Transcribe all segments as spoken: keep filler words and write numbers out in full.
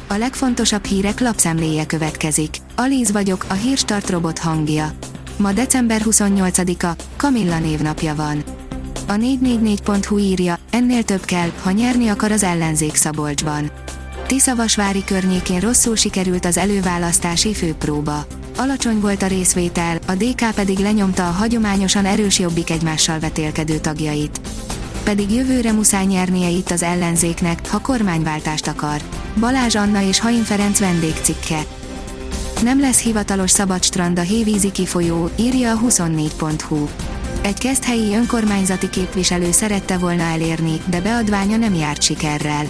A legfontosabb hírek lapszemléje következik. Alíz vagyok, a Hírstart robot hangja. Ma december huszonnyolcadika, Kamilla névnapja van. A négy négy négy pont hu írja, ennél több kell, ha nyerni akar az ellenzék Szabolcsban. Tiszavasvári környékén rosszul sikerült az előválasztási főpróba. Alacsony volt a részvétel, a dé ká pedig lenyomta a hagyományosan erős Jobbik egymással vetélkedő tagjait. Pedig jövőre muszáj nyernie itt az ellenzéknek, ha kormányváltást akar. Balázs Anna és Hain Ferenc vendégcikke. Nem lesz hivatalos szabadstrand a Hévízi kifolyó, írja a huszonnégy pont hu. Egy keszthelyi önkormányzati képviselő szerette volna elérni, de beadványa nem járt sikerrel.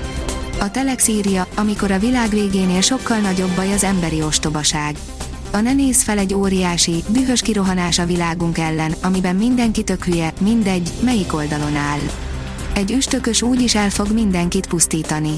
A Telex írja, amikor a világ végénél sokkal nagyobb baj az emberi ostobaság. A ne nézz fel egy óriási, dühös kirohanás a világunk ellen, amiben mindenki tök hülye, mindegy, melyik oldalon áll. Egy üstökös úgyis el fog mindenkit pusztítani.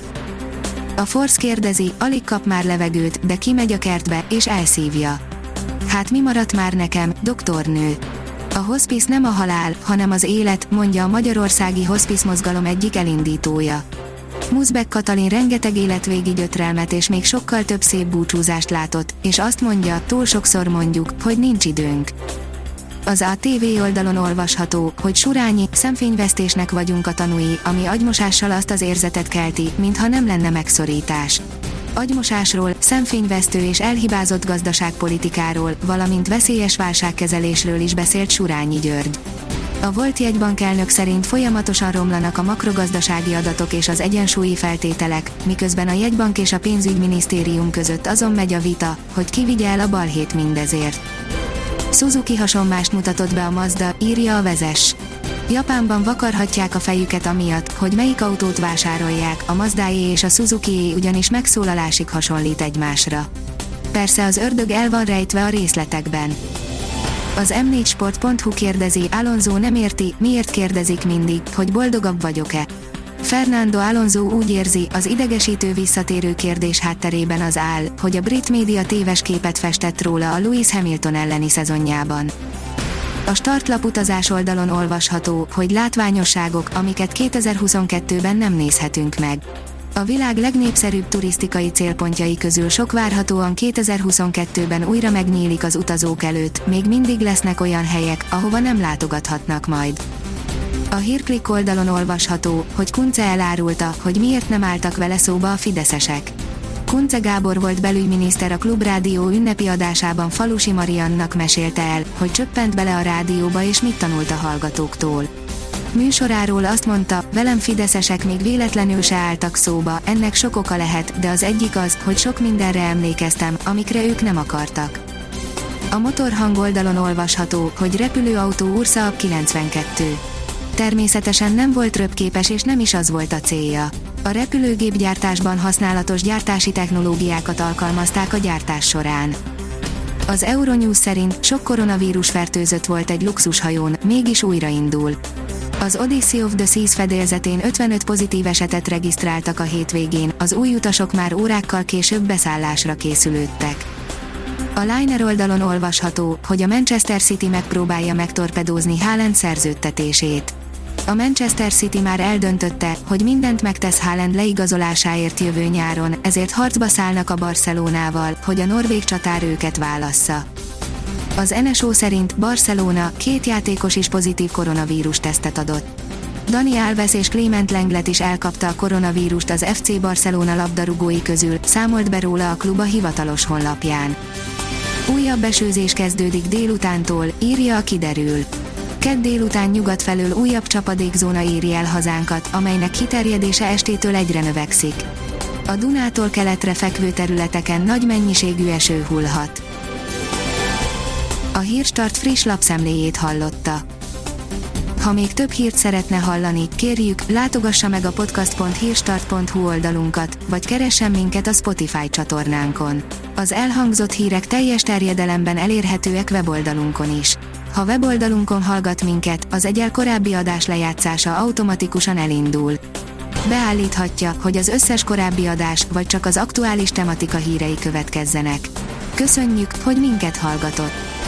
A Force kérdezi, alig kap már levegőt, de kimegy a kertbe, és elszívja. Hát mi maradt már nekem, doktornő? A hospice nem a halál, hanem az élet, mondja a magyarországi hospice mozgalom egyik elindítója. Muszbek Katalin rengeteg életvégi gyötrelmet és még sokkal több szép búcsúzást látott, és azt mondja, túl sokszor mondjuk, hogy nincs időnk. Az á té vé oldalon olvasható, hogy Surányi, szemfényvesztésnek vagyunk a tanúi, ami agymosással azt az érzetet kelti, mintha nem lenne megszorítás. Agymosásról, szemfényvesztő és elhibázott gazdaságpolitikáról, valamint veszélyes válságkezelésről is beszélt Surányi György. A volt jegybankelnök szerint folyamatosan romlanak a makrogazdasági adatok és az egyensúlyi feltételek, miközben a jegybank és a pénzügyminisztérium között azon megy a vita, hogy ki vigye el a balhét mindezért. Suzuki hasonmást mutatott be a Mazda, írja a Vezess. Japánban vakarhatják a fejüket amiatt, hogy melyik autót vásárolják, a Mazdáé és a Suzukié ugyanis megszólalásig hasonlít egymásra. Persze az ördög el van rejtve a részletekben. Az em négy sport pont hu kérdezi, Alonso nem érti, miért kérdezik mindig, hogy boldogabb vagyok-e. Fernando Alonso úgy érzi, az idegesítő visszatérő kérdés hátterében az áll, hogy a brit média téves képet festett róla a Lewis Hamilton elleni szezonjában. A startlap utazás oldalon olvasható, hogy látványosságok, amiket kétezer-huszonkettőben nem nézhetünk meg. A világ legnépszerűbb turisztikai célpontjai közül sok várhatóan kétezer-huszonkettőben újra megnyílik az utazók előtt, még mindig lesznek olyan helyek, ahova nem látogathatnak majd. A Hírklik oldalon olvasható, hogy Kunce elárulta, hogy miért nem álltak vele szóba a fideszesek. Kunce Gábor volt belügyminiszter a Klubrádió ünnepi adásában Falusi Mariannak mesélte el, hogy csöppent bele a rádióba és mit tanult a hallgatóktól. Műsoráról azt mondta, velem fideszesek még véletlenül se álltak szóba, ennek sok oka lehet, de az egyik az, hogy sok mindenre emlékeztem, amikre ők nem akartak. A Motorhang oldalon olvasható, hogy repülőautó Ursaab kilencvenkettő. Természetesen nem volt röpképes és nem is az volt a célja. A repülőgépgyártásban használatos gyártási technológiákat alkalmazták a gyártás során. Az Euronews szerint sok koronavírus fertőzött volt egy luxushajón, mégis újraindul. Az Odyssey of the Seas fedélzetén ötvenöt pozitív esetet regisztráltak a hétvégén, az új utasok már órákkal később beszállásra készülődtek. A Liner oldalon olvasható, hogy a Manchester City megpróbálja megtorpedózni Haaland szerződtetését. A Manchester City már eldöntötte, hogy mindent megtesz Haaland leigazolásáért jövő nyáron, ezért harcba szállnak a Barcelonával, hogy a norvég csatár őket válassza. Az en es o szerint Barcelona két játékos is pozitív koronavírus tesztet adott. Dani Alves és Clement Lenglet is elkapta a koronavírust az ef cé Barcelona labdarúgói közül, számolt be róla a klub a hivatalos honlapján. Újabb esőzés kezdődik délutántól, írja a Kiderül. Kedd délután nyugat felől újabb csapadékzóna éri el hazánkat, amelynek kiterjedése estétől egyre növekszik. A Dunától keletre fekvő területeken nagy mennyiségű eső hullhat. A Hírstart friss lapszemléjét hallotta. Ha még több hírt szeretne hallani, kérjük, látogassa meg a podcast pont hírstart pont hu oldalunkat, vagy keressen minket a Spotify csatornánkon. Az elhangzott hírek teljes terjedelemben elérhetőek weboldalunkon is. Ha weboldalunkon hallgat minket, az egyel korábbi adás lejátszása automatikusan elindul. Beállíthatja, hogy az összes korábbi adás, vagy csak az aktuális tematika hírei következzenek. Köszönjük, hogy minket hallgatott!